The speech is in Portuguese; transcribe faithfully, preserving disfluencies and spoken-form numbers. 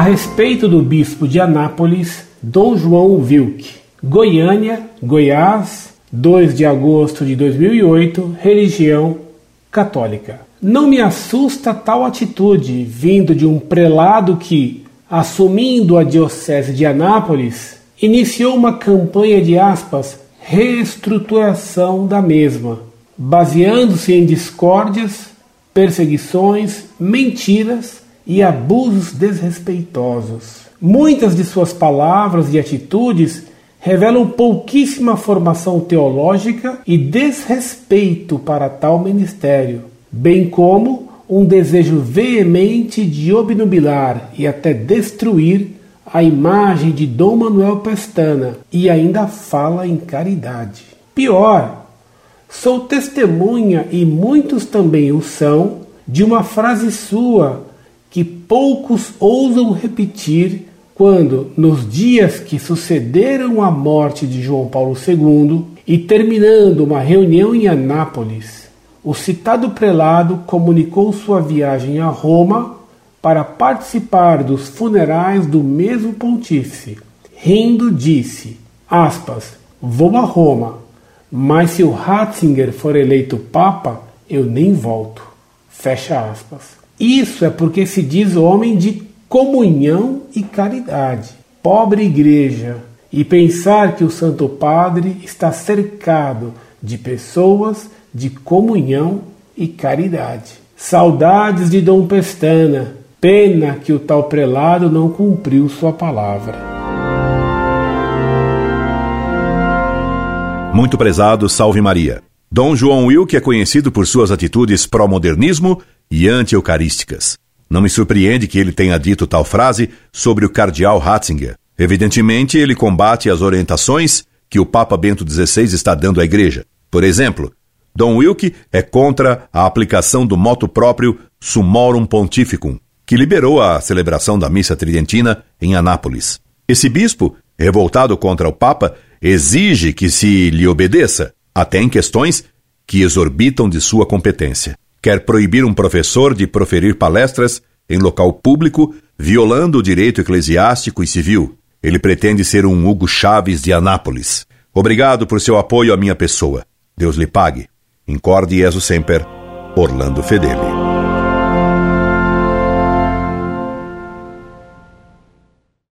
respeito do bispo de Anápolis, Dom João Wilk. Goiânia, Goiás, dois de agosto de dois mil e oito, religião católica. Não me assusta tal atitude vindo de um prelado que, assumindo a diocese de Anápolis, iniciou uma campanha de aspas, reestruturação da mesma, baseando-se em discórdias, perseguições, mentiras e abusos desrespeitosos. Muitas de suas palavras e atitudes revelam pouquíssima formação teológica e desrespeito para tal ministério, bem como um desejo veemente de obnubilar e até destruir a imagem de Dom Manuel Pestana, e ainda fala em caridade. Pior, sou testemunha, e muitos também o são, de uma frase sua que poucos ousam repetir quando, nos dias que sucederam a morte de João Paulo segundo e terminando uma reunião em Anápolis, o citado prelado comunicou sua viagem a Roma para participar dos funerais do mesmo pontífice. Rindo, disse, aspas, vou a Roma, mas se o Ratzinger for eleito Papa, eu nem volto. Fecha aspas. Isso é porque se diz homem de comunhão e caridade. Pobre igreja! E pensar que o Santo Padre está cercado de pessoas de comunhão e caridade. Saudades de Dom Pestana. Pena que o tal prelado não cumpriu sua palavra. Muito prezado, salve Maria. Dom João Wilk é conhecido por suas atitudes pró-modernismo e anti-eucarísticas. Não me surpreende que ele tenha dito tal frase sobre o cardeal Ratzinger. Evidentemente, ele combate as orientações que o Papa Bento dezesseis está dando à Igreja. Por exemplo, Dom Wilk é contra a aplicação do motu próprio Summorum Pontificum, que liberou a celebração da missa tridentina em Anápolis. Esse bispo, revoltado contra o Papa, exige que se lhe obedeça, até em questões que exorbitam de sua competência. Quer proibir um professor de proferir palestras em local público, violando o direito eclesiástico e civil. Ele pretende ser um Hugo Chávez de Anápolis. Obrigado por seu apoio à minha pessoa. Deus lhe pague. Incorde Jesus Semper, Orlando Fedeli.